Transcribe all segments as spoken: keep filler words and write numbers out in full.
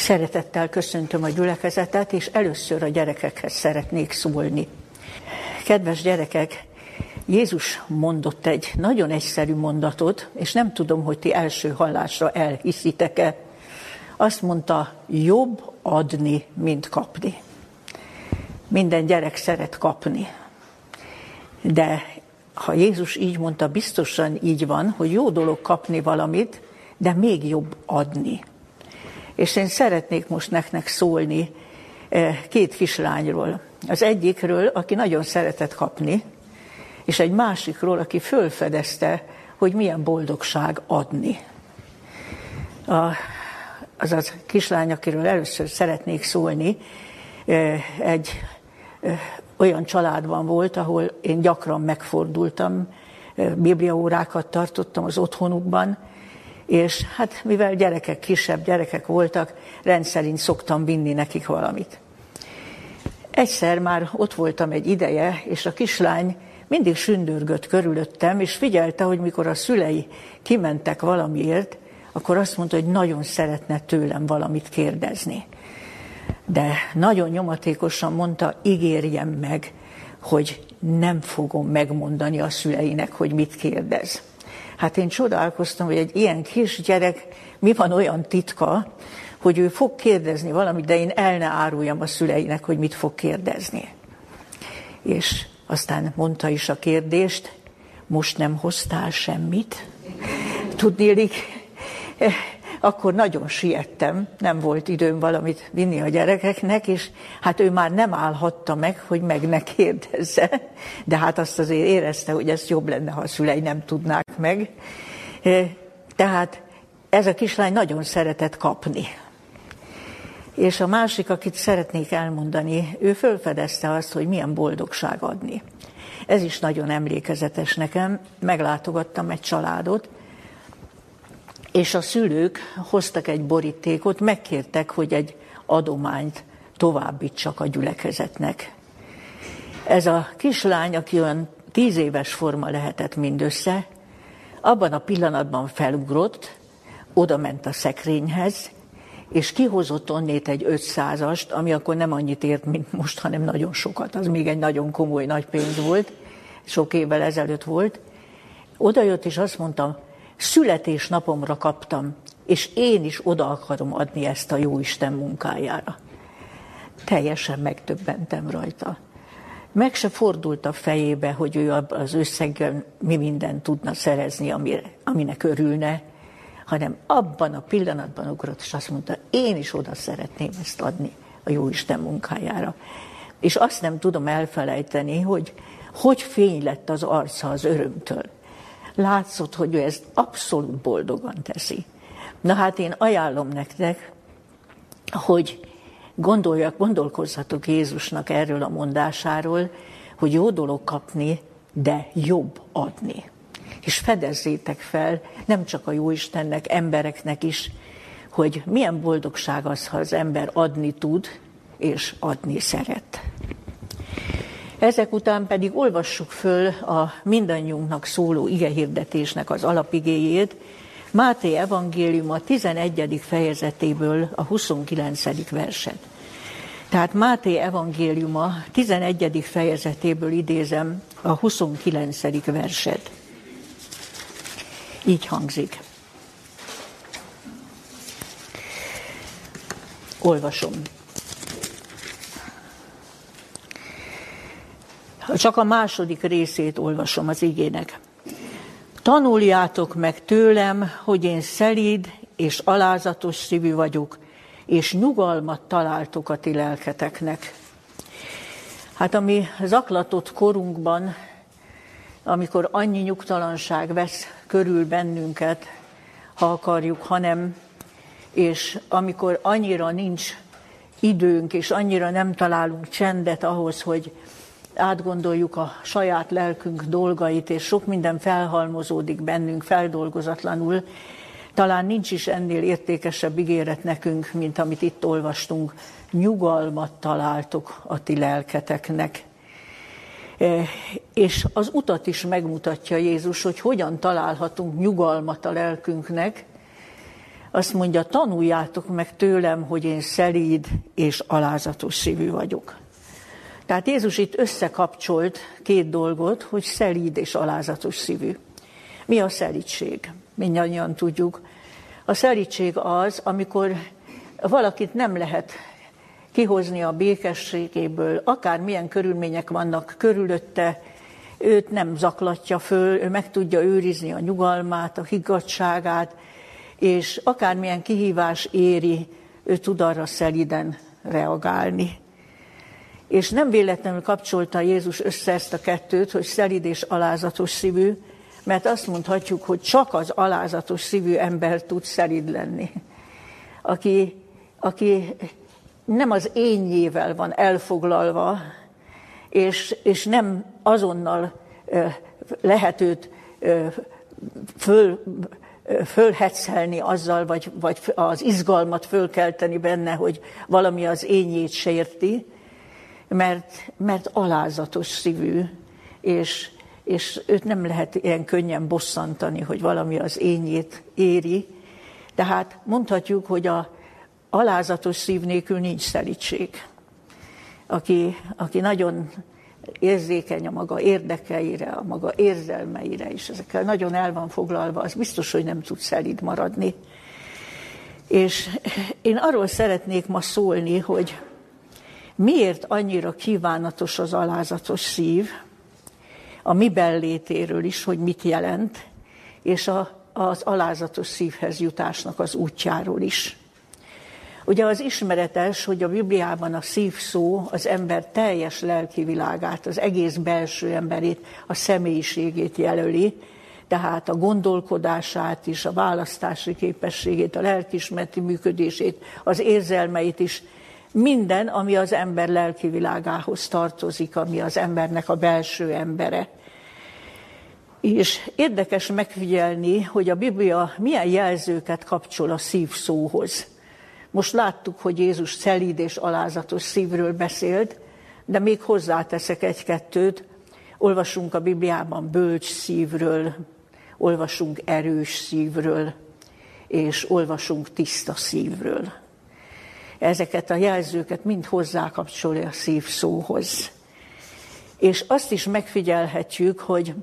Szeretettel köszöntöm a gyülekezetet, és először a gyerekekhez szeretnék szólni. Kedves gyerekek, Jézus mondott egy nagyon egyszerű mondatot, és nem tudom, hogy ti első hallásra elhiszitek-e. Azt mondta, jobb adni, mint kapni. Minden gyerek szeret kapni. De ha Jézus így mondta, biztosan így van, hogy jó dolog kapni valamit, de még jobb adni. És én szeretnék most nektek szólni két kislányról. Az egyikről, aki nagyon szeretett kapni, és egy másikról, aki fölfedezte, hogy milyen boldogság adni. A, az a kislány, akiről először szeretnék szólni, egy olyan családban volt, ahol én gyakran megfordultam, bibliaórákat tartottam az otthonukban, és hát mivel gyerekek, kisebb gyerekek voltak, rendszerint szoktam vinni nekik valamit. Egyszer már ott voltam egy ideje, és a kislány mindig sündörgött körülöttem, és figyelte, hogy mikor a szülei kimentek valamiért, akkor azt mondta, hogy nagyon szeretne tőlem valamit kérdezni. De nagyon nyomatékosan mondta, ígérjem meg, hogy nem fogom megmondani a szüleinek, hogy mit kérdez. Hát én csodálkoztam, hogy egy ilyen kisgyerek, mi van olyan titka, hogy ő fog kérdezni valamit, de én el ne áruljam a szüleinek, hogy mit fog kérdezni. És aztán mondta is a kérdést, most nem hoztál semmit? Tudnélik, akkor nagyon siettem, nem volt időm valamit vinni a gyerekeknek, és hát ő már nem állhatta meg, hogy meg ne kérdezze, de hát azt azért érezte, hogy ez jobb lenne, ha a szülei nem tudnák meg. Tehát ez a kislány nagyon szeretett kapni. És a másik, akit szeretnék elmondani, ő felfedezte azt, hogy milyen boldogság adni. Ez is nagyon emlékezetes nekem, meglátogattam egy családot, és a szülők hoztak egy borítékot, megkértek, hogy egy adományt továbbítsak a gyülekezetnek. Ez a kislány, aki olyan tíz éves forma lehetett mindössze, abban a pillanatban felugrott, oda ment a szekrényhez, és kihozott onnét egy ötszázast, ami akkor nem annyit ért, mint most, hanem nagyon sokat. Az még egy nagyon komoly nagy pénz volt, sok évvel ezelőtt volt. Oda jött, és azt mondta, születésnapomra kaptam, és én is oda akarom adni ezt a Jóisten munkájára. Teljesen megdöbbentem rajta. Meg se fordult a fejébe, hogy ő az összeggel mi mindent tudna szerezni, amire, aminek örülne, hanem abban a pillanatban ugrott, és azt mondta, én is oda szeretném ezt adni a Jóisten munkájára. És azt nem tudom elfelejteni, hogy hogy fény lett az arca az örömtől. Látszott, hogy ő ezt abszolút boldogan teszi. Na hát én ajánlom nektek, hogy gondoljak, gondolkozzatok Jézusnak erről a mondásáról, hogy jó dolog kapni, de jobb adni. És fedezzétek fel, nem csak a Jóistennek, embereknek is, hogy milyen boldogság az, ha az ember adni tud, és adni szeret. Ezek után pedig olvassuk föl a mindannyiunknak szóló igehirdetésnek az alapigéjét, Máté evangélium a tizenegyedik fejezetéből a huszonkilencedik verset. Tehát Máté evangéliuma tizenegyedik fejezetéből idézem a huszonkilencedik verset. Így hangzik. Olvasom. Csak a második részét olvasom az igének. Tanuljátok meg tőlem, hogy én szelíd és alázatos szívű vagyok, és nyugalmat találtok a ti lelketeknek. Hát ami zaklatott korunkban, amikor annyi nyugtalanság vesz körül bennünket, ha akarjuk, ha nem, és amikor annyira nincs időnk, és annyira nem találunk csendet ahhoz, hogy átgondoljuk a saját lelkünk dolgait, és sok minden felhalmozódik bennünk feldolgozatlanul, talán nincs is ennél értékesebb ígéret nekünk, mint amit itt olvastunk. Nyugalmat találtok a ti lelketeknek. És az utat is megmutatja Jézus, hogy hogyan találhatunk nyugalmat a lelkünknek, Azt mondja, tanuljátok meg tőlem, hogy én szelíd és alázatos szívű vagyok. Tehát Jézus itt összekapcsolt két dolgot, hogy szelíd és alázatos szívű. Mi a szelídség? Mindannyian tudjuk. A szelídség az, amikor valakit nem lehet kihozni a békességéből, akármilyen körülmények vannak körülötte, őt nem zaklatja föl, ő meg tudja őrizni a nyugalmát, a higgadtságát, és akármilyen kihívás éri, ő tud arra szelíden reagálni. És nem véletlenül kapcsolta Jézus össze ezt a kettőt, hogy szelíd és alázatos szívű, mert azt mondhatjuk, hogy csak az alázatos szívű ember tud szelíd lenni. Aki, aki nem az énjével van elfoglalva, és, és nem azonnal lehet őt föl, fölhetszelni azzal, vagy, vagy az izgalmat fölkelteni benne, hogy valami az énjét sérti, mert, mert alázatos szívű, és, és őt nem lehet ilyen könnyen bosszantani, hogy valami az énjét éri. Tehát mondhatjuk, hogy a alázatos szív nélkül nincs szelídség. Aki, aki nagyon érzékeny a maga érdekeire, a maga érzelmeire, és ezekkel nagyon el van foglalva, az biztos, hogy nem tud szelíd maradni. És én arról szeretnék ma szólni, hogy miért annyira kívánatos az alázatos szív, a mi bellétéről is, hogy mit jelent, és a, az alázatos szívhez jutásnak az útjáról is. Ugye az ismeretes, hogy a Bibliában a szív szó az ember teljes lelki világát, az egész belső emberét, a személyiségét jelöli, tehát a gondolkodását is, a választási képességét, a lelkiismereti működését, az érzelmeit is, minden, ami az ember lelki világához tartozik, ami az embernek a belső embere. És érdekes megfigyelni, hogy a Biblia milyen jelzőket kapcsol a szív szóhoz. Most láttuk, hogy Jézus szelíd és alázatos szívről beszélt, de még hozzáteszek egy-kettőt. Olvasunk a Bibliában bölcs szívről, olvasunk erős szívről, és olvasunk tiszta szívről. Ezeket a jelzőket mind hozzákapcsolja a szív szóhoz. És azt is megfigyelhetjük, hogy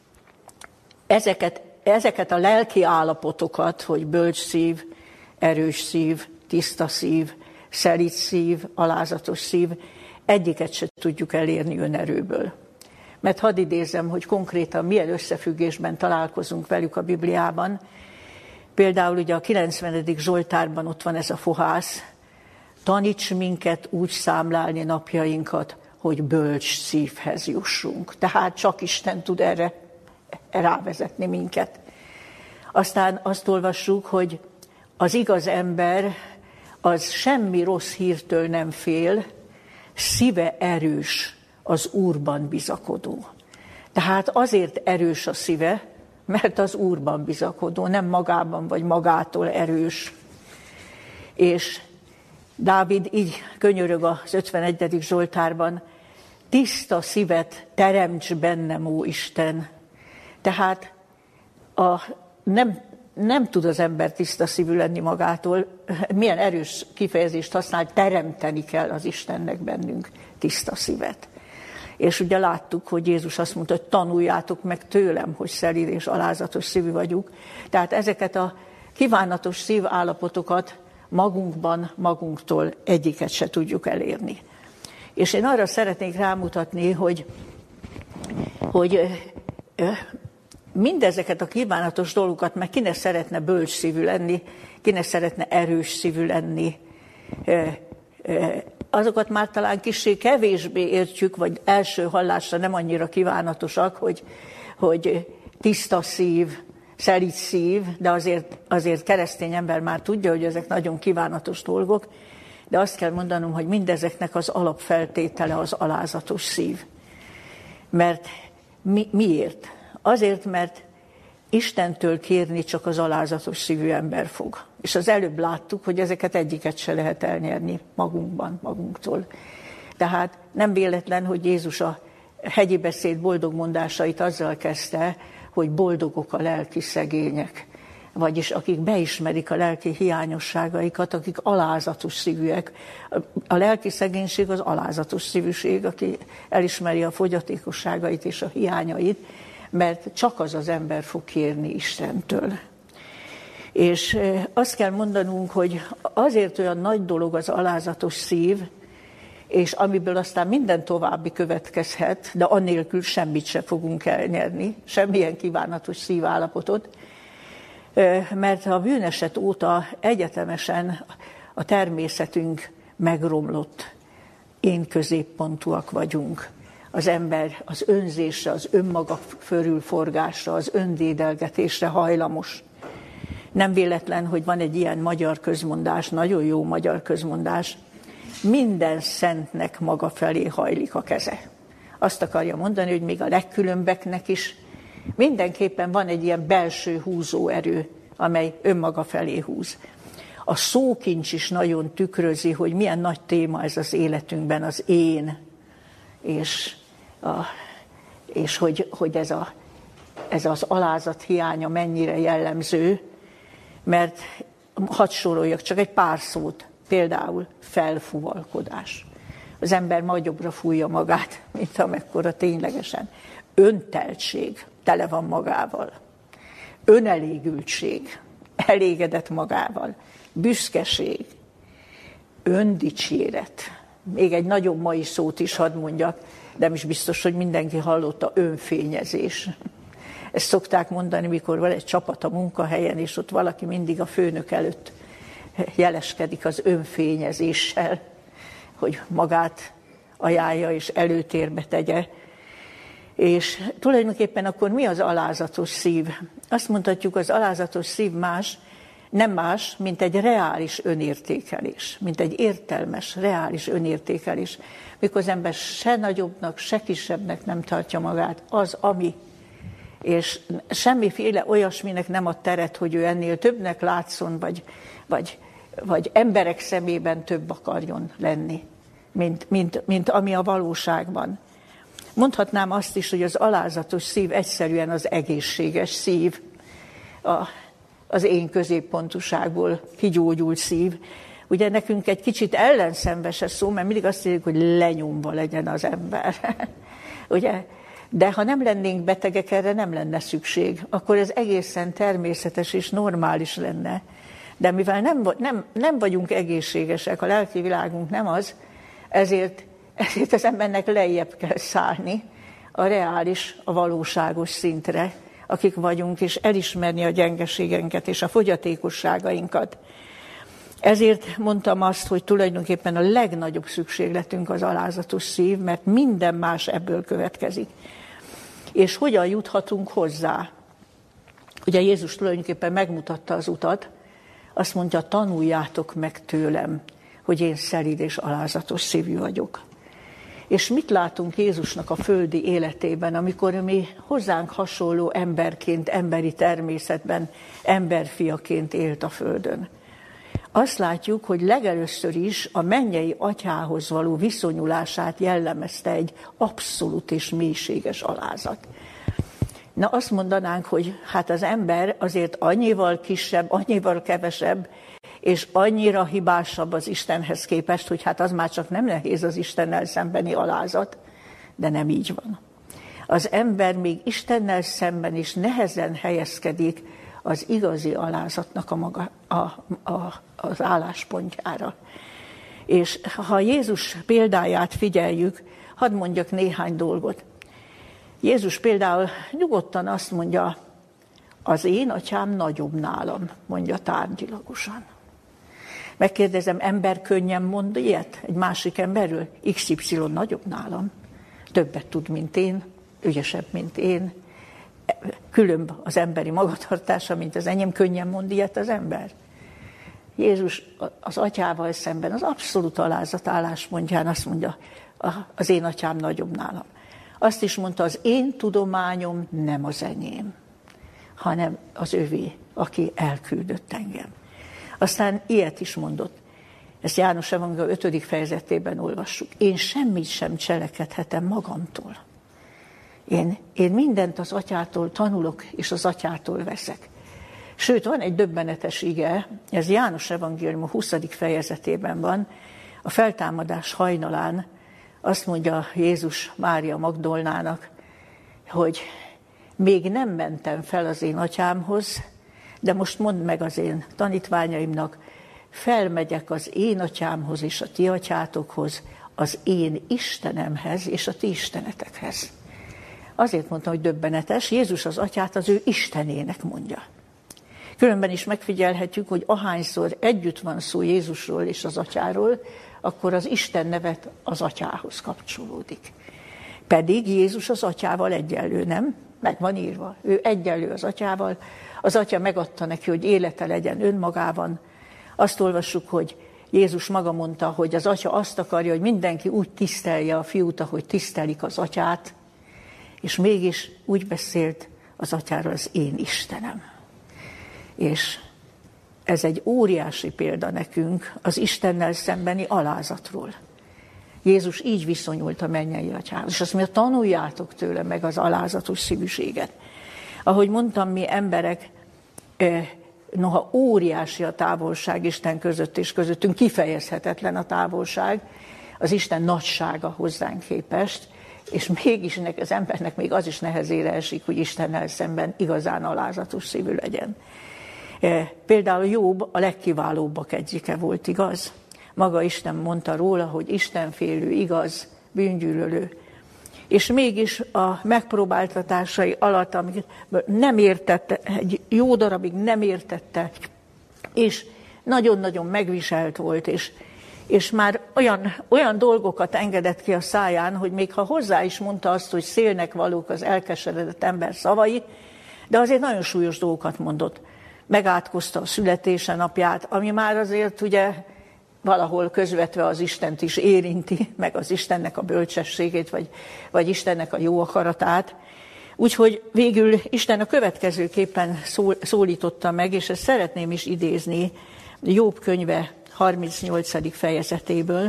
ezeket, ezeket a lelki állapotokat, hogy bölcs szív, erős szív, tiszta szív, szelíd szív, alázatos szív, egyiket se tudjuk elérni önerőből. Mert hadd idézem, hogy konkrétan milyen összefüggésben találkozunk velük a Bibliában. Például ugye a kilencvenedik Zsoltárban ott van ez a fohász, taníts minket úgy számlálni napjainkat, hogy bölcs szívhez jussunk. Tehát csak Isten tud erre rávezetni minket. Aztán azt olvassuk, hogy az igaz ember az semmi rossz hírtől nem fél, szíve erős, az Úrban bizakodó. Tehát azért erős a szíve, mert az Úrban bizakodó, nem magában vagy magától erős. És Dávid így könyörög az ötvenegyedik Zsoltárban, tiszta szívet teremts bennem, ó Isten. Tehát a, nem, nem tud az ember tiszta szívű lenni magától, milyen erős kifejezést használ, teremteni kell az Istennek bennünk tiszta szívet. És ugye láttuk, hogy Jézus azt mondta, hogy tanuljátok meg tőlem, hogy szelíd és alázatos szívű vagyok. Tehát ezeket a kívánatos szívállapotokat magunkban, magunktól egyiket se tudjuk elérni. És én arra szeretnék rámutatni, hogy, hogy mindezeket a kívánatos dolgokat, meg ki ne szeretne bölcs szívű lenni, ki ne szeretne erős szívű lenni, azokat már talán kissé kevésbé értjük, vagy első hallásra nem annyira kívánatosak, hogy, hogy tiszta szív, szelíd szív, de azért, azért keresztény ember már tudja, hogy ezek nagyon kívánatos dolgok, de azt kell mondanom, hogy mindezeknek az alapfeltétele az alázatos szív. Mert mi, miért? Azért, mert Istentől kérni csak az alázatos szívű ember fog. És az előbb láttuk, hogy ezeket egyiket se lehet elnyerni magunkban, magunktól. Tehát nem véletlen, hogy Jézus a hegyi beszéd boldog mondásait azzal kezdte, hogy boldogok a lelki szegények, vagyis akik beismerik a lelki hiányosságaikat, akik alázatos szívűek. A lelki szegénység az alázatos szívűség, aki elismeri a fogyatékosságait és a hiányait, mert csak az az ember fog kérni Istentől. És azt kell mondanunk, hogy azért olyan nagy dolog az alázatos szív, és amiből aztán minden további következhet, de annélkül semmit se fogunk elnyerni, semmilyen kívánatos szívállapotot, mert a bűneset óta egyetemesen a természetünk megromlott. Én középpontúak vagyunk. Az ember az önzésre, az önmaga fölülforgásra, az öndédelgetésre hajlamos. Nem véletlen, hogy van egy ilyen magyar közmondás, nagyon jó magyar közmondás, minden szentnek maga felé hajlik a keze. Azt akarja mondani, hogy még a legkülönbeknek is mindenképpen van egy ilyen belső húzóerő, amely önmaga felé húz. A szókincs is nagyon tükrözi, hogy milyen nagy téma ez az életünkben, az én, és, a, és hogy, hogy ez, a, ez az alázat hiánya mennyire jellemző, mert hadd soroljak csak egy pár szót, például felfúvalkodás. Az ember nagyobbra fújja magát, mint amekkora ténylegesen. Önteltség, tele van magával. Önelégültség, elégedett magával. Büszkeség, öndicséret. Még egy nagyobb mai szót is hadd mondjak, de is biztos, hogy mindenki hallotta, önfényezés. Ezt szokták mondani, mikor van egy csapat a munkahelyen, és ott valaki mindig a főnök előtt jeleskedik az önfényezéssel, hogy magát ajánlja és előtérbe tegye. És tulajdonképpen akkor mi az alázatos szív? Azt mondhatjuk, az alázatos szív más, nem más, mint egy reális önértékelés, mint egy értelmes, reális önértékelés, mikor az ember se nagyobbnak, se kisebbnek nem tartja magát, az, ami, és semmiféle olyasminek nem ad teret, hogy ő ennél többnek látszon, vagy, vagy, vagy emberek szemében több akarjon lenni, mint, mint, mint ami a valóságban. Mondhatnám azt is, hogy az alázatos szív egyszerűen az egészséges szív, a, az én középpontúságból kigyógyult szív. Ugye nekünk egy kicsit ellenszenves ez szó, mert mindig azt mondjuk, hogy lenyomva legyen az ember. Ugye? De ha nem lennénk betegek, erre nem lenne szükség, akkor ez egészen természetes és normális lenne. De mivel nem, nem, nem vagyunk egészségesek, a lelki világunk nem az, ezért, ezért az embernek lejjebb kell szállni a reális, a valóságos szintre, akik vagyunk, és elismerni a gyengeségenket és a fogyatékosságainkat. Ezért mondtam azt, hogy tulajdonképpen a legnagyobb szükségletünk az alázatos szív, mert minden más ebből következik. És hogyan juthatunk hozzá? Ugye Jézus tulajdonképpen megmutatta az utat, azt mondja, tanuljátok meg tőlem, hogy én szelíd és alázatos szívű vagyok. És mit látunk Jézusnak a földi életében, amikor mi hozzánk hasonló emberként, emberi természetben, emberfiaként élt a földön? Azt látjuk, hogy legelőször is a mennyei atyához való viszonyulását jellemezte egy abszolút és mélységes alázat. Na azt mondanánk, hogy hát az ember azért annyival kisebb, annyival kevesebb, és annyira hibásabb az Istenhez képest, hogy hát az már csak nem nehéz az Istennel szembeni alázat, de nem így van. Az ember még Istennel szemben is nehezen helyezkedik az igazi alázatnak a maga, a, a, az álláspontjára. És ha Jézus példáját figyeljük, hadd mondjak néhány dolgot. Jézus például nyugodtan azt mondja, az én atyám nagyobb nálam, mondja tárgyilagosan. Megkérdezem, ember könnyen mond ilyet egy másik emberről? iksz ipszilon nagyobb nálam, többet tud, mint én, ügyesebb, mint én, különb az emberi magatartása, mint az enyém, könnyen mond ilyet az ember. Jézus az atyával szemben az abszolút alázat álláspontján azt mondja, az én atyám nagyobb nálam. Azt is mondta, az én tudományom nem az enyém, hanem az övé, aki elküldött engem. Aztán ilyet is mondott, ezt János Evangélium ötödik fejezetében olvassuk. Én semmit sem cselekedhetem magamtól. Én, én mindent az atyától tanulok, és az atyától veszek. Sőt, van egy döbbenetes ige, ez János evangélium a huszadik fejezetében van, a feltámadás hajnalán azt mondja Jézus Mária Magdolnának, hogy még nem mentem fel az én atyámhoz, de most mondd meg az én tanítványaimnak, felmegyek az én atyámhoz és a ti atyátokhoz, az én Istenemhez és a ti istenetekhez. Azért mondtam, hogy döbbenetes, Jézus az atyát az ő Istenének mondja. Különben is megfigyelhetjük, hogy ahányszor együtt van szó Jézusról és az atyáról, akkor az Isten nevet az atyához kapcsolódik. Pedig Jézus az atyával egyenlő, nem? Meg van írva. Ő egyenlő az atyával. Az atya megadta neki, hogy élete legyen önmagában. Azt olvassuk, hogy Jézus maga mondta, hogy az atya azt akarja, hogy mindenki úgy tisztelje a fiút, ahogy tisztelik az atyát, és mégis úgy beszélt az atyáról, az én Istenem. És ez egy óriási példa nekünk az Istennel szembeni alázatról. Jézus így viszonyult a mennyei atyához, és azt mondja, tanuljátok tőle meg az alázatos szívűséget. Ahogy mondtam, mi emberek, noha óriási a távolság Isten között és közöttünk, kifejezhetetlen a távolság, az Isten nagysága hozzánk képest, és mégis az embernek még az is nehezére esik, hogy Istennel szemben igazán alázatos szívű legyen. Például Jobb a legkiválóbbak egyike volt, igaz? Maga Isten mondta róla, hogy istenfélő, igaz, bűngyűlölő. És mégis a megpróbáltatásai alatt, amit nem értette, egy jó darabig nem értette, és nagyon-nagyon megviselt volt, és, és már olyan, olyan dolgokat engedett ki a száján, hogy még ha hozzá is mondta azt, hogy szélnek valók az elkeseredett ember szavai, de azért nagyon súlyos dolgokat mondott. Megátkozta a születése napját, ami már azért ugye valahol közvetve az Istent is érinti, meg az Istennek a bölcsességét, vagy, vagy Istennek a jó akaratát. Úgyhogy végül Isten a következőképpen szól, szólította meg, és ezt szeretném is idézni Jobb könyve harmincnyolcadik fejezetéből.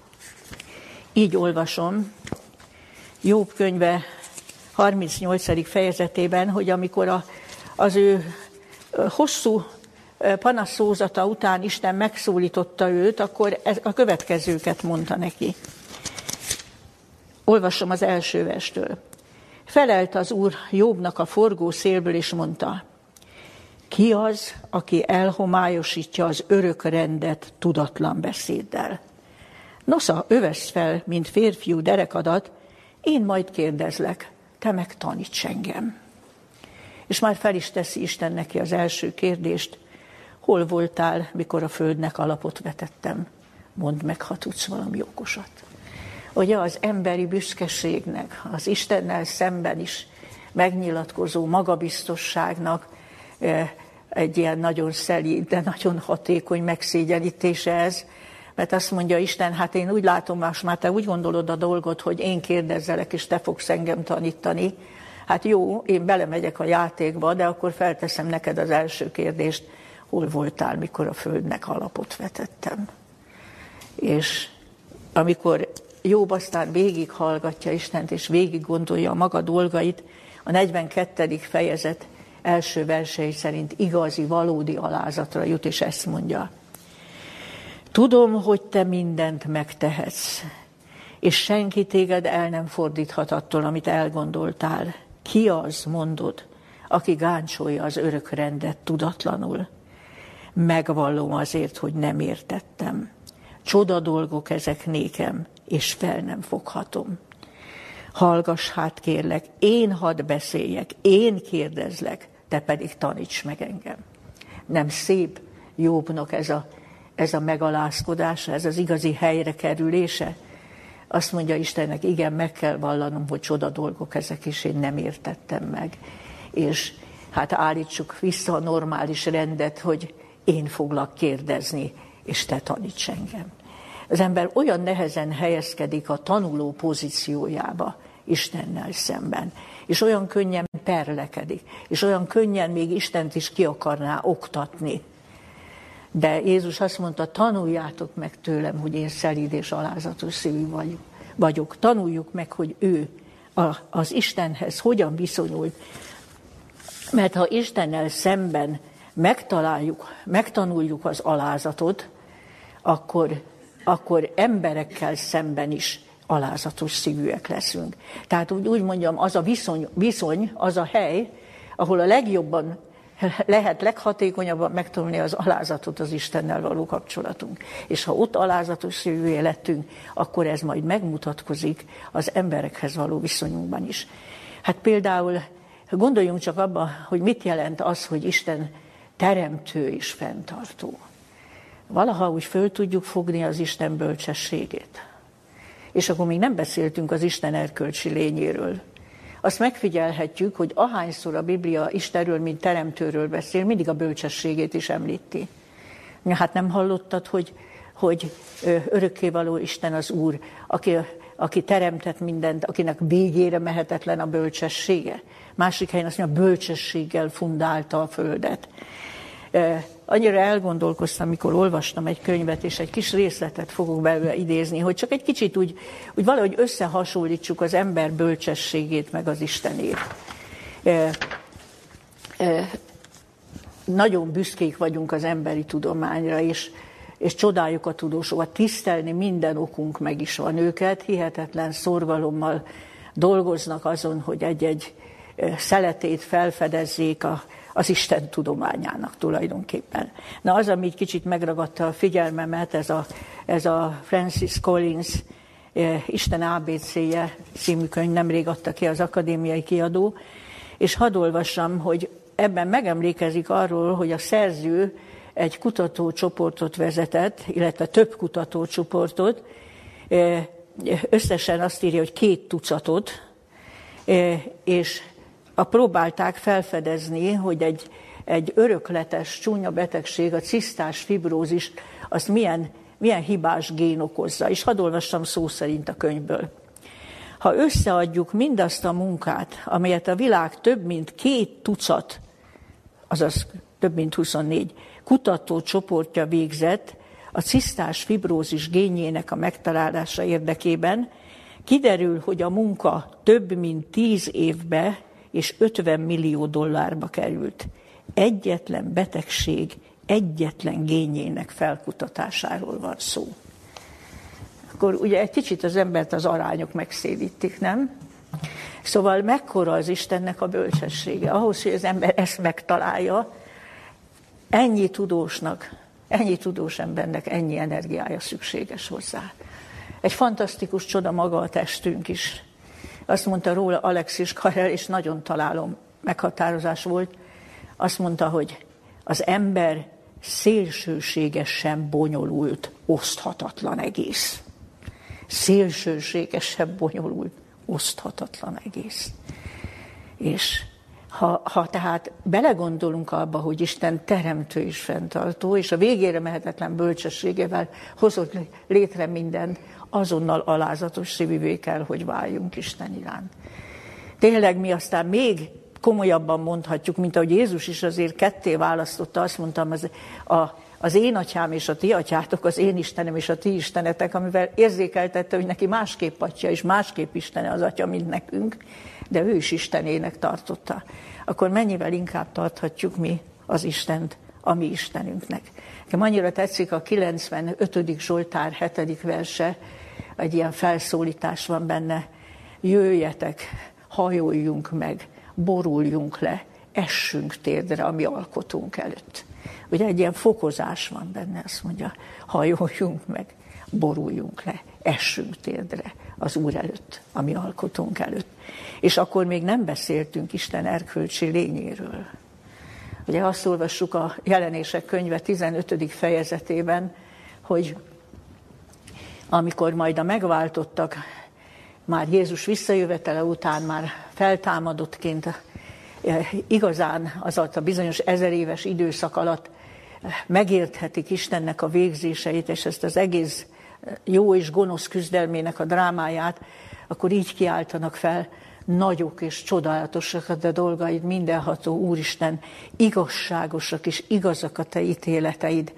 Így olvasom, Jobb könyve harmincnyolcadik fejezetében, hogy amikor a, az ő hosszú panaszszózata után Isten megszólította őt, akkor a következőket mondta neki. Olvasom az első verstől. Felelt az Úr Jobbnak a forgó szélből, és mondta, ki az, aki elhomályosítja az örök rendet tudatlan beszéddel? Nosza, övesz fel, mint férfiú derekadat, én majd kérdezlek, te meg taníts engem. És már fel is teszi Isten neki az első kérdést, hol voltál, mikor a földnek alapot vetettem? Mondd meg, ha tudsz valami okosat. Ugye az emberi büszkeségnek, az Istennel szemben is megnyilatkozó magabiztosságnak egy ilyen nagyon szelíd, de nagyon hatékony megszégyenítése ez, mert azt mondja Isten, hát én úgy látom, most már te úgy gondolod a dolgot, hogy én kérdezzelek, és te fogsz engem tanítani. Hát jó, én belemegyek a játékba, de akkor felteszem neked az első kérdést, hol voltál, mikor a földnek alapot vetettem. És amikor Jobb aztán végighallgatja Istent, és végig gondolja a maga dolgait, a negyvenkettedik fejezet első versei szerint igazi, valódi alázatra jut, és ezt mondja. Tudom, hogy te mindent megtehetsz, és senki téged el nem fordíthat attól, amit elgondoltál. Ki az, mondod, aki gáncsolja az örök rendet tudatlanul? Megvallom azért, hogy nem értettem. Csoda dolgok ezek nékem, és fel nem foghatom. Hallgass hát kérlek, én hadd beszéljek, én kérdezlek, te pedig taníts meg engem. Nem szép Jobbnak ez a, ez a megalázkodása, ez az igazi helyre kerülése? Azt mondja Istennek, igen, meg kell vallanom, hogy csoda dolgok ezek, és én nem értettem meg. És hát állítsuk vissza a normális rendet, hogy én foglak kérdezni, és te taníts engem. Az ember olyan nehezen helyezkedik a tanuló pozíciójába Istennel szemben, és olyan könnyen perlekedik, és olyan könnyen még Istent is ki akarná oktatni. De Jézus azt mondta, tanuljátok meg tőlem, hogy én szelíd és alázatos szívű vagyok. Tanuljuk meg, hogy ő az Istenhez hogyan viszonyult. Mert ha Istennel szemben megtaláljuk, megtanuljuk az alázatot, akkor, akkor emberekkel szemben is alázatos szívűek leszünk. Tehát úgy, úgy mondjam, az a viszony, viszony, az a hely, ahol a legjobban lehet leghatékonyabban megtanulni az alázatot, az Istennel való kapcsolatunk. És ha ott alázatos szívűvé lettünk, akkor ez majd megmutatkozik az emberekhez való viszonyunkban is. Hát például gondoljunk csak abba, hogy mit jelent az, hogy Isten teremtő és fenntartó. Valaha úgy föl tudjuk fogni az Isten bölcsességét. És akkor még nem beszéltünk az Isten erkölcsi lényéről. Azt megfigyelhetjük, hogy ahányszor a Biblia Istenről, mint teremtőről beszél, mindig a bölcsességét is említi. Hát nem hallottad, hogy, hogy örökkévaló Isten az Úr, aki, aki teremtett mindent, akinek végére mehetetlen a bölcsessége. Másik helyen azt mondja, bölcsességgel fundálta a földet. Annyira elgondolkoztam, mikor olvastam egy könyvet, és egy kis részletet fogok belőle idézni, hogy csak egy kicsit úgy, úgy valahogy összehasonlítsuk az ember bölcsességét meg az Istenét. E, e, nagyon büszkék vagyunk az emberi tudományra, és, és csodáljuk a tudósokat, tisztelni minden okunk meg is van őket, hihetetlen szorgalommal dolgoznak azon, hogy egy-egy szeletét felfedezzék a az Isten tudományának tulajdonképpen. Na az, ami egy kicsit megragadta a figyelmemet, ez a, ez a Francis Collins Isten á bé cé-je című könyv, nemrég adta ki az akadémiai kiadó, és hadd olvassam, hogy ebben megemlékezik arról, hogy a szerző egy kutatócsoportot vezetett, illetve több kutatócsoportot, összesen azt írja, hogy két tucatot, és a próbálták felfedezni, hogy egy, egy örökletes csúnya betegség, a cisztás fibrózis, azt milyen, milyen hibás gén okozza. És hadd olvassam szó szerint a könyvből. Ha összeadjuk mindazt a munkát, amelyet a világ több mint két tucat, azaz több mint huszonnégy kutatócsoportja végzett a cisztás fibrózis génjének a megtalálása érdekében, kiderül, hogy a munka több mint tíz évbe és ötven millió dollárba került. Egyetlen betegség, egyetlen génjének felkutatásáról van szó. Akkor ugye egy kicsit az embert az arányok megszédítik, nem? Szóval mekkora az Istennek a bölcsessége? Ahhoz, hogy az ember ezt megtalálja, ennyi tudósnak, ennyi tudós embernek ennyi energiája szükséges hozzá. Egy fantasztikus csoda maga a testünk is. Azt mondta róla Alexis Carrel, és nagyon találom, meghatározás volt, azt mondta, hogy az ember szélsőségesen bonyolult, oszthatatlan egész. Szélsőségesen bonyolult, oszthatatlan egész. És ha, ha tehát belegondolunk abba, hogy Isten teremtő és fenntartó, és a végére mehetetlen bölcsességével hozott létre mindent, azonnal alázatos szívűvé kell, hogy váljunk Isten iránt. Tényleg mi aztán még komolyabban mondhatjuk, mint ahogy Jézus is azért ketté választotta, azt mondtam, az, a, az én atyám és a ti atyátok, az én Istenem és a ti istenetek, amivel érzékeltette, hogy neki másképp atya és másképp Istene az atya, mint nekünk, de ő is Istenének tartotta. Akkor mennyivel inkább tarthatjuk mi az Istent a mi Istenünknek. Nekem annyira tetszik a kilencvenötödik Zsoltár hetedik verse, egy ilyen felszólítás van benne, jöjjetek, hajoljunk meg, boruljunk le, essünk térdre a mi alkotónk előtt. Ugye egy ilyen fokozás van benne, azt mondja, hajoljunk meg, boruljunk le, essünk térdre az Úr előtt, a mi alkotónk előtt. És akkor még nem beszéltünk Isten erkölcsi lényéről. Ugye azt olvassuk a Jelenések könyve tizenötödik fejezetében, hogy amikor majd a megváltottak, már Jézus visszajövetele után már feltámadottként igazán az alatt a bizonyos ezer éves időszak alatt megérthetik Istennek a végzéseit, és ezt az egész jó és gonosz küzdelmének a drámáját, akkor így kiáltanak fel, nagyok és csodálatosak a te dolgaid, mindenható Úristen, igazságosak és igazak a te ítéleteid,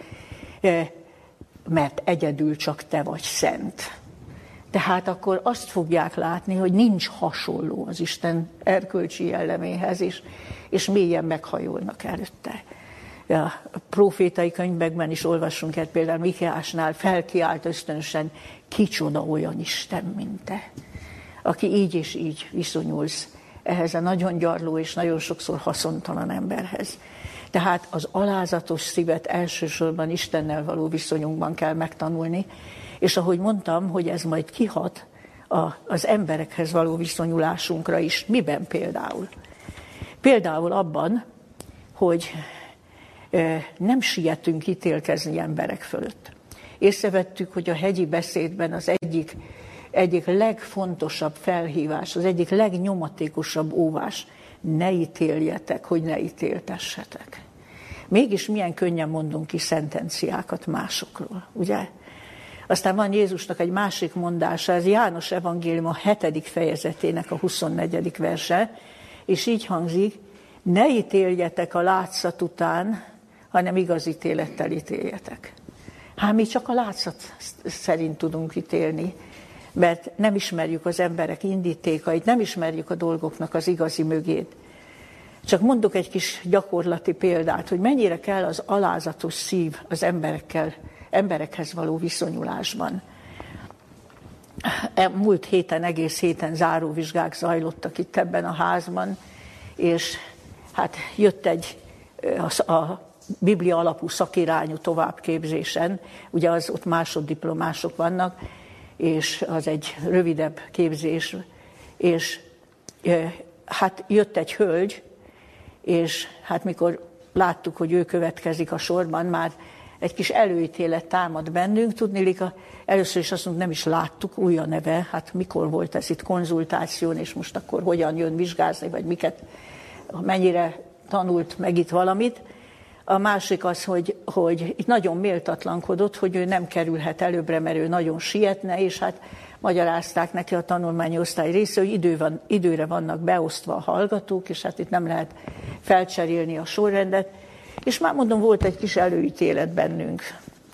mert egyedül csak te vagy szent. Tehát akkor azt fogják látni, hogy nincs hasonló az Isten erkölcsi jelleméhez, és, és mélyen meghajolnak előtte. a profétai könyvekben is olvassunk, hát például Mikéásnál felkiált ösztönösen, kicsoda olyan Isten, mint te, aki így és így viszonyulsz ehhez a nagyon gyarló és nagyon sokszor haszontalan emberhez. Tehát az alázatos szívet elsősorban Istennel való viszonyunkban kell megtanulni, és ahogy mondtam, hogy ez majd kihat a, az emberekhez való viszonyulásunkra is. Miben például? Például abban, hogy e, nem sietünk ítélkezni emberek fölött. Észrevettük, hogy a hegyi beszédben az egyik, egyik legfontosabb felhívás, az egyik legnyomatékosabb óvás, ne ítéljetek, hogy ne ítéltessetek. Mégis milyen könnyen mondunk ki szentenciákat másokról, ugye? Aztán van Jézusnak egy másik mondása, ez János evangélium a hetedik fejezetének a huszonnegyedik verse, és így hangzik, ne ítéljetek a látszat után, hanem igaz ítélettel ítéljetek. Hát mi csak a látszat szerint tudunk ítélni, mert nem ismerjük az emberek indítékait, nem ismerjük a dolgoknak az igazi mögét. Csak mondok egy kis gyakorlati példát, hogy mennyire kell az alázatos szív az emberekkel, emberekhez való viszonyulásban. Múlt héten, egész héten záróvizsgák zajlottak itt ebben a házban, és hát jött egy a, a Biblia alapú szakirányú továbbképzésen, ugye az ott másoddiplomások vannak, és az egy rövidebb képzés, és hát jött egy hölgy, és hát mikor láttuk, hogy ő következik a sorban, már egy kis előítélet támad bennünk, tudniillik, először is azt mondjuk, nem is láttuk, új a neve, hát mikor volt ez itt konzultáción, és most akkor hogyan jön vizsgázni, vagy miket, mennyire tanult meg itt valamit. A másik az, hogy, hogy itt nagyon méltatlankodott, hogy ő nem kerülhet előbbre, mert ő nagyon sietne, és hát magyarázták neki a tanulmányi osztály része, hogy idő van, időre vannak beosztva a hallgatók, és hát itt nem lehet felcserélni a sorrendet. És már mondom, volt egy kis előítélet bennünk.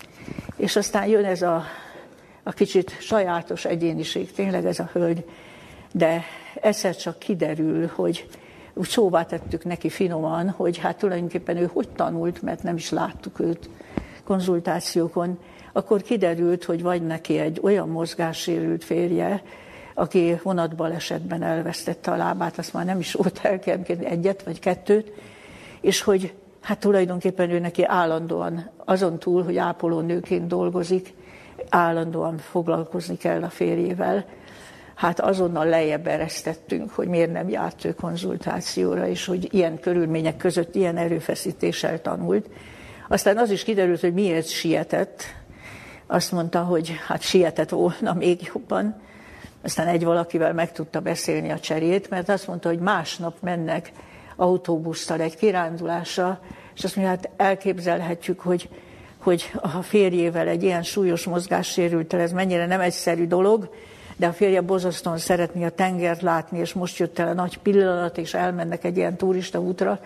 És aztán jön ez a, a kicsit sajátos egyéniség, tényleg ez a hölgy, de egyszer csak kiderül, hogy úgy szóvá tettük neki finoman, hogy hát tulajdonképpen ő hogy tanult, mert nem is láttuk őt konzultációkon, akkor kiderült, hogy vagy neki egy olyan mozgássérült férje, aki vonatbalesetben elvesztette a lábát, azt már nem is volt el kell kérni egyet vagy kettőt, és hogy hát tulajdonképpen ő neki állandóan, azon túl, hogy ápolónőként dolgozik, állandóan foglalkozni kell a férjével. Hát azonnal lejjebb eresztettünk, hogy miért nem járt ő konzultációra, és hogy ilyen körülmények között ilyen erőfeszítéssel tanult. Aztán az is kiderült, hogy miért sietett. Azt mondta, hogy hát sietett volna még jobban. Aztán egy valakivel meg tudta beszélni a cserét, mert azt mondta, hogy másnap mennek autóbusszal egy kirándulásra, és azt mondja, hát elképzelhetjük, hogy, hogy a férjével egy ilyen súlyos mozgássérülttel, ez mennyire nem egyszerű dolog, de a férje borzasztóan szeretné a tengert látni, és most jött el a nagy pillanat, és elmennek egy ilyen turista útra,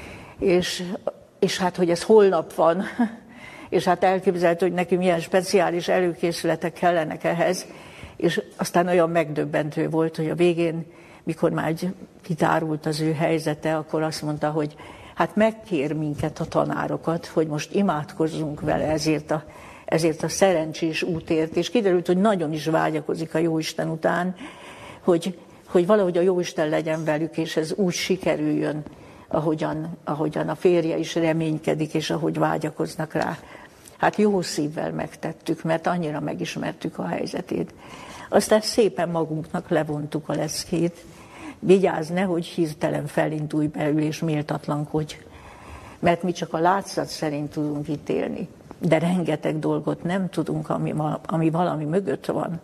és, és hát, hogy ez holnap van, és hát elképzelhető, hogy neki milyen speciális előkészületek kellenek ehhez, és aztán olyan megdöbbentő volt, hogy a végén, mikor már kitárult az ő helyzete, akkor azt mondta, hogy hát megkér minket a tanárokat, hogy most imádkozzunk vele ezért a, ezért a szerencsés útért, és kiderült, hogy nagyon is vágyakozik a Jóisten után, hogy, hogy valahogy a Jóisten legyen velük, és ez úgy sikerüljön, ahogyan, ahogyan a férje is reménykedik, és ahogy vágyakoznak rá. Hát jó szívvel megtettük, mert annyira megismertük a helyzetét. Aztán szépen magunknak levontuk a leckét. Vigyázz, nehogy hirtelen felindulj belül és méltatlankodj. Mert mi csak a látszat szerint tudunk ítélni. De rengeteg dolgot nem tudunk, ami, ami valami mögött van.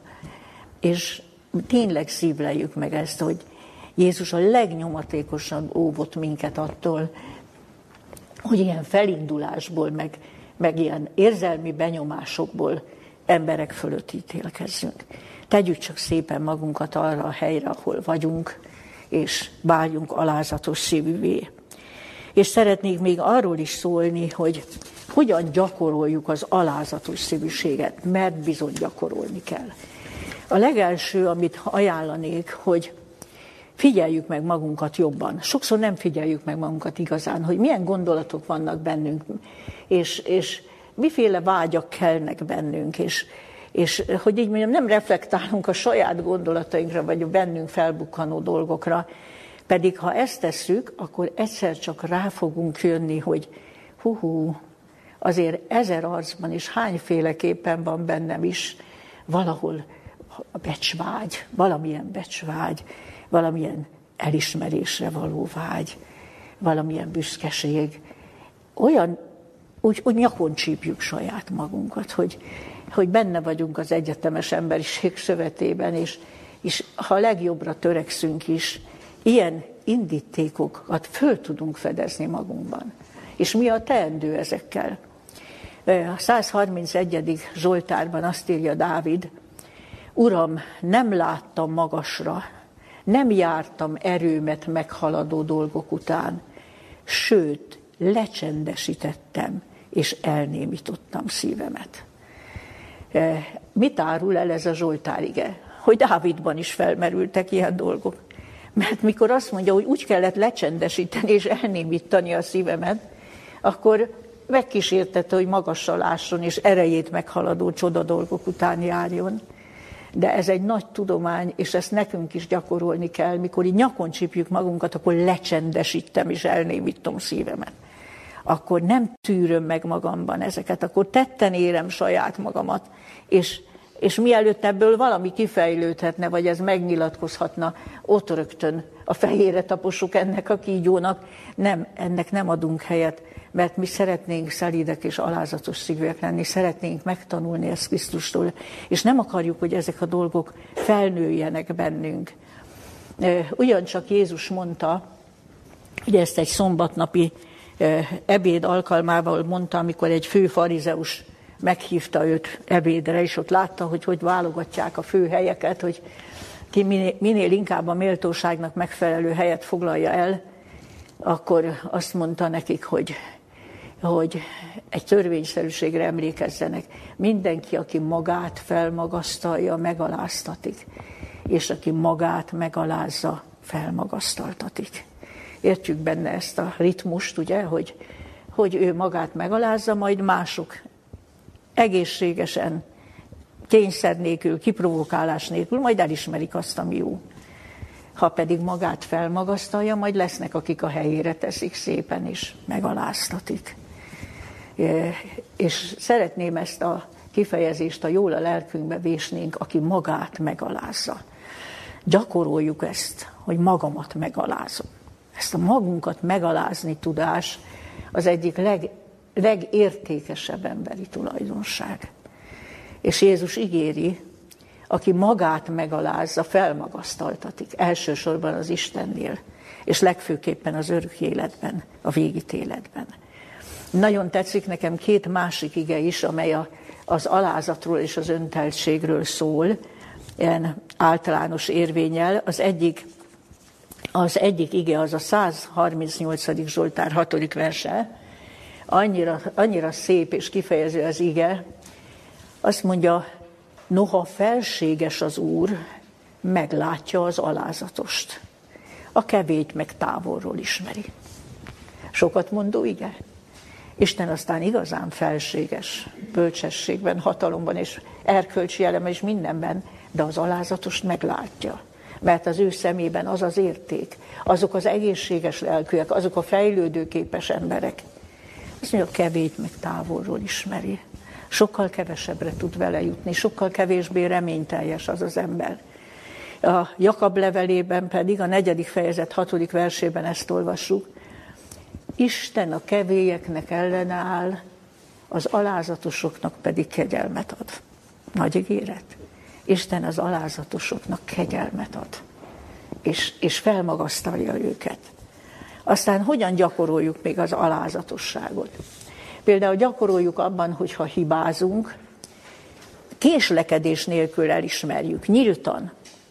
És tényleg szívleljük meg ezt, hogy Jézus a legnyomatékosabb óvott minket attól, hogy ilyen felindulásból, meg, meg ilyen érzelmi benyomásokból emberek fölött ítélkezzünk. Tegyük csak szépen magunkat arra a helyre, ahol vagyunk, és váljunk alázatos szívűvé. És szeretnék még arról is szólni, hogy hogyan gyakoroljuk az alázatos szívűséget, mert bizony gyakorolni kell. A legelső, amit ajánlanék, hogy figyeljük meg magunkat jobban. Sokszor nem figyeljük meg magunkat igazán, hogy milyen gondolatok vannak bennünk, és, és miféle vágyak kelnek bennünk, és, és hogy így mondjam, nem reflektálunk a saját gondolatainkra, vagy a bennünk felbukkanó dolgokra, pedig ha ezt tesszük, akkor egyszer csak rá fogunk jönni, hogy hú, azért ezer arcban is hányféleképpen van bennem is valahol a becsvágy, valamilyen becsvágy, valamilyen elismerésre való vágy, valamilyen büszkeség. Olyan, úgy, úgy nyakon csípjük saját magunkat, hogy, hogy benne vagyunk az egyetemes emberiség szövetében, és, és ha a legjobbra törekszünk is, ilyen indítékokat föl tudunk fedezni magunkban. És mi a teendő ezekkel? A százharmincegyedik Zsoltárban azt írja Dávid: Uram, nem láttam magasra, nem jártam erőmet meghaladó dolgok után, sőt, lecsendesítettem és elnémítottam szívemet. Mit árul el ez a Zsoltárige? Hogy Dávidban is felmerültek ilyen dolgok. Mert mikor azt mondja, hogy úgy kellett lecsendesíteni és elnémítani a szívemet, akkor megkísértette, hogy magasra lásson és erejét meghaladó csoda dolgok után járjon. De ez egy nagy tudomány, és ezt nekünk is gyakorolni kell. Mikor így nyakon csípjük magunkat, akkor lecsendesítem és elnémítom szívemet. Akkor nem tűröm meg magamban ezeket, akkor tetten érem saját magamat, és, és mielőtt ebből valami kifejlődhetne, vagy ez megnyilatkozhatna, ott rögtön a fejére tapossuk ennek a kígyónak. Nem, ennek nem adunk helyet, mert mi szeretnénk szelídek és alázatos szívűek lenni, szeretnénk megtanulni ezt Krisztustól, és nem akarjuk, hogy ezek a dolgok felnőjenek bennünk. Ugyancsak Jézus mondta, hogy ezt egy szombatnapi ebéd alkalmával mondta, amikor egy fő farizeus meghívta őt ebédre, és ott látta, hogy hogy válogatják a fő helyeket, hogy ki minél inkább a méltóságnak megfelelő helyet foglalja el, akkor azt mondta nekik, hogy, hogy egy törvényszerűségre emlékezzenek. Mindenki, aki magát felmagasztalja, megaláztatik, és aki magát megalázza, felmagasztaltatik. Értjük benne ezt a ritmust, ugye, hogy, hogy ő magát megalázza, majd mások egészségesen, kényszer nélkül, kiprovokálás nélkül, majd elismerik azt, ami jó. Ha pedig magát felmagasztalja, majd lesznek, akik a helyére teszik szépen, és megaláztatik. És szeretném ezt a kifejezést, a jól a lelkünkbe vésnénk, aki magát megalázza. Gyakoroljuk ezt, hogy magamat megalázom. Ezt a magunkat megalázni tudás az egyik leg, legértékesebb emberi tulajdonság. És Jézus ígéri, aki magát megalázza, felmagasztaltatik, elsősorban az Istennél, és legfőképpen az örök életben, a végítéletben. Nagyon tetszik nekem két másik ige is, amely a, az alázatról és az önteltségről szól, ilyen általános érvénnyel. Az egyik, az egyik ige az a százharmincnyolcadik Zsoltár hatodik verse, annyira, annyira szép és kifejező az ige, azt mondja, noha felséges az Úr, meglátja az alázatost. A kevélyt meg távolról ismeri. Sokat mondó ige. Isten aztán igazán felséges, bölcsességben, hatalomban és erkölcsi eleme és mindenben, de az alázatost meglátja. Mert az ő szemében az az érték, azok az egészséges lelkűek, azok a fejlődőképes emberek. Azt mondja, a kevélyt meg távolról ismeri. Sokkal kevesebbre tud vele jutni, sokkal kevésbé reményteljes az az ember. A Jakab levelében pedig a negyedik fejezet hatodik versében ezt olvassuk. Isten a kevélyeknek ellenáll, az alázatosoknak pedig kegyelmet ad. Nagy ígéret. Isten az alázatosoknak kegyelmet ad, és, és felmagasztalja őket. Aztán hogyan gyakoroljuk még az alázatosságot? Például gyakoroljuk abban, hogyha hibázunk, késlekedés nélkül elismerjük, nyíltan.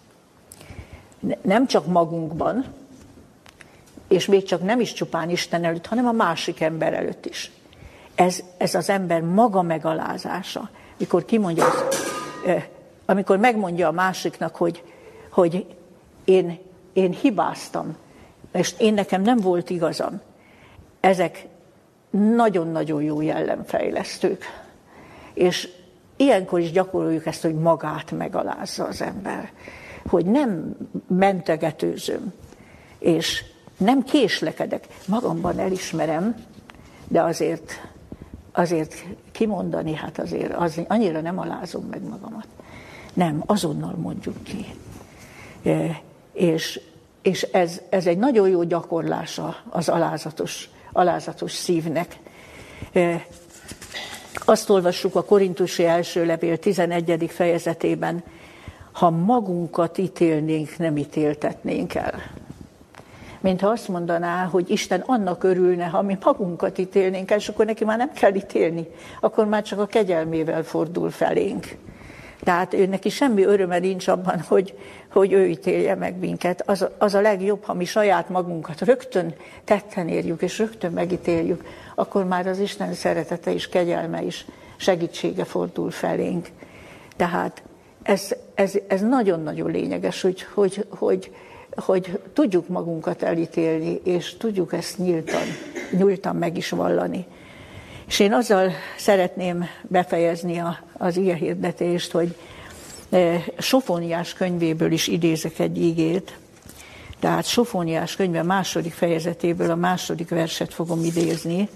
Nem csak magunkban, és még csak nem is csupán Isten előtt, hanem a másik ember előtt is. Ez, ez az ember maga megalázása. Mikor kimondja, az, amikor megmondja a másiknak, hogy, hogy én én hibáztam, és én nekem nem volt igazam. Ezek nagyon-nagyon jó jellemfejlesztők. És ilyenkor is gyakoroljuk ezt, hogy magát megalázza az ember. Hogy nem mentegetőzöm, és nem késlekedek. Magamban elismerem, de azért, azért kimondani, hát azért az, annyira nem alázom meg magamat. Nem, azonnal mondjuk ki. E, és és ez, ez egy nagyon jó gyakorlása az alázatos, alázatos szívnek. E, azt olvassuk a Korintusi első levél tizenegyedik fejezetében, ha magunkat ítélnénk, nem ítéltetnénk el. Mintha azt mondaná, hogy Isten annak örülne, ha mi magunkat ítélnénk el, és akkor neki már nem kell ítélni, akkor már csak a kegyelmével fordul felénk. Tehát ő neki semmi öröme nincs abban, hogy, hogy ő ítélje meg minket. Az, az a legjobb, ha mi saját magunkat rögtön tetten érjük, és rögtön megítéljük, akkor már az Isten szeretete és kegyelme is segítsége fordul felénk. Tehát ez, ez, ez nagyon-nagyon lényeges, hogy, hogy, hogy, hogy tudjuk magunkat elítélni, és tudjuk ezt nyíltan, nyíltan meg is vallani. És én azzal szeretném befejezni a, az ige hirdetést, hogy Sofóniás könyvéből is idézek egy igét. Tehát Sofóniás könyve második fejezetéből a második verset fogom idézni.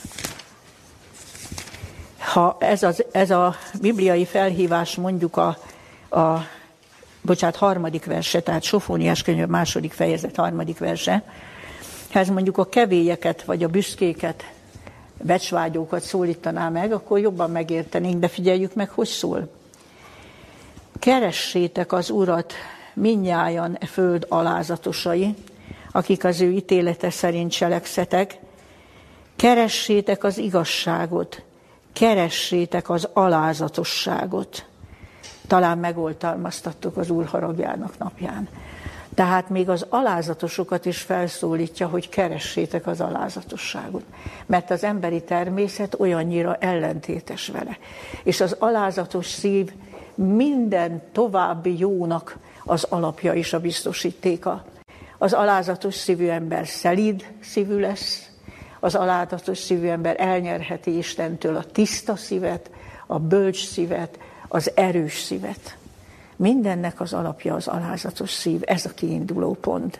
Ha ez, az, ez a bibliai felhívás mondjuk a, a bocsánat, harmadik verse, tehát Sofóniás könyve második fejezet harmadik verse, ha ez mondjuk a kevélyeket vagy a büszkéket, becsvágyókat szólítaná meg, akkor jobban megértenénk, de figyeljük meg, hogy szól. Keressétek az Urat, mindnyájan e föld alázatosai, akik az ő ítélete szerint cselekszetek. Keressétek az igazságot, keressétek az alázatosságot. Talán megoltalmaztattuk az Úr haragjának napján. Tehát még az alázatosokat is felszólítja, hogy keressétek az alázatosságot. Mert az emberi természet olyannyira ellentétes vele. És az alázatos szív minden további jónak az alapja és a biztosítéka. Az alázatos szívű ember szelíd szívű lesz, az alázatos szívű ember elnyerheti Istentől a tiszta szívet, a bölcs szívet, az erős szívet. Mindennek az alapja az alázatos szív, ez a kiinduló pont.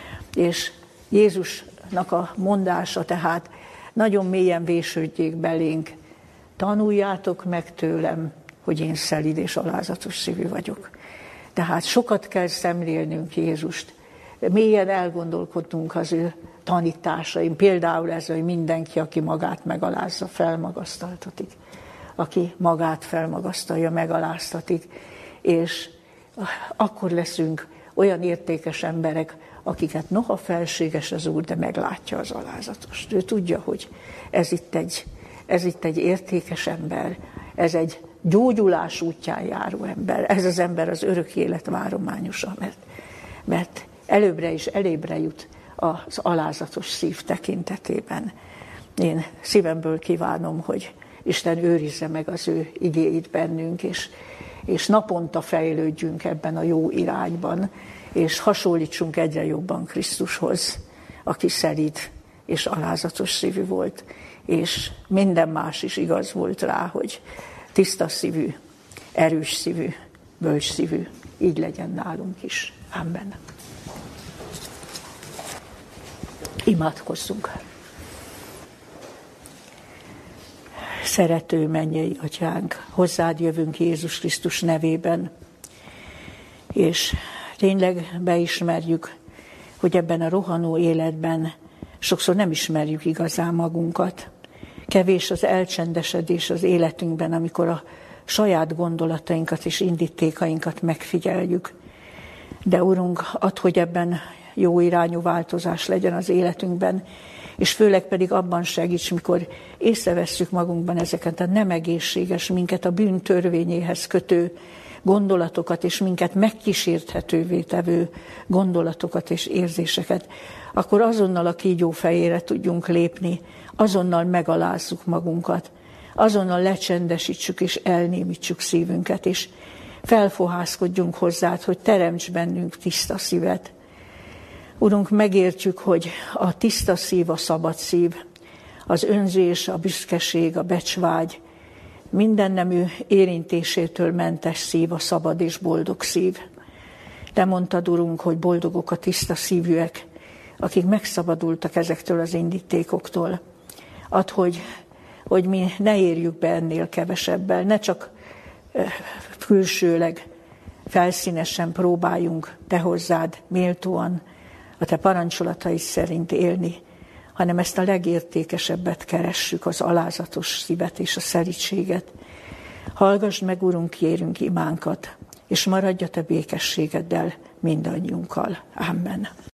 És Jézusnak a mondása tehát nagyon mélyen vésődjék belénk, tanuljátok meg tőlem, hogy én szelíd és alázatos szívű vagyok. Tehát sokat kell szemlélnünk Jézust, mélyen elgondolkodnunk az ő tanításaim, például ez, hogy mindenki, aki magát megalázza, felmagasztaltatik. Aki magát felmagasztalja, megaláztatik. És akkor leszünk olyan értékes emberek, akiket noha felséges az Úr, de meglátja az alázatost. Ő tudja, hogy ez itt egy, ez itt egy értékes ember, ez egy gyógyulás útján járó ember, ez az ember az örök élet várományosa, mert, mert előbbre is elébre jut az alázatos szív tekintetében. Én szívemből kívánom, hogy Isten őrizze meg az ő igéit bennünk, és, és naponta fejlődjünk ebben a jó irányban, és hasonlítsunk egyre jobban Krisztushoz, aki szelíd és alázatos szívű volt, és minden más is igaz volt rá, hogy tiszta szívű, erős szívű, bölcs szívű, így legyen nálunk is. Amen. Imádkozzunk. Szerető mennyei Atyánk, hozzád jövünk Jézus Krisztus nevében, és tényleg beismerjük, hogy ebben a rohanó életben sokszor nem ismerjük igazán magunkat. Kevés az elcsendesedés az életünkben, amikor a saját gondolatainkat és indítékainkat megfigyeljük. De Urunk, add, hogy ebben jó irányú változás legyen az életünkben, és főleg pedig abban segíts, mikor észrevesszük magunkban ezeket a nem egészséges, minket a bűn törvényéhez kötő gondolatokat, és minket megkísérthetővé tevő gondolatokat és érzéseket, akkor azonnal a kígyó fejére tudjunk lépni, azonnal megalázzuk magunkat, azonnal lecsendesítsük és elnémítsuk szívünket, és felfohászkodjunk hozzád, hogy teremts bennünk tiszta szívet, Urunk, megértjük, hogy a tiszta szív, a szabad szív, az önzés, a büszkeség, a becsvágy, minden nemű érintésétől mentes szív, a szabad és boldog szív. Te mondtad, Urunk, hogy boldogok a tiszta szívűek, akik megszabadultak ezektől az indítékoktól. Add, hogy, hogy mi ne érjük be ennél kevesebbel, ne csak külsőleg, felszínesen próbáljunk te hozzád méltóan, a te parancsolataid szerint élni, hanem ezt a legértékesebbet keressük, az alázatos szívet és a szelídséget. Hallgassd meg, Urunk, kérünk imánkat, és maradj a te békességeddel mindannyiunkkal. Amen.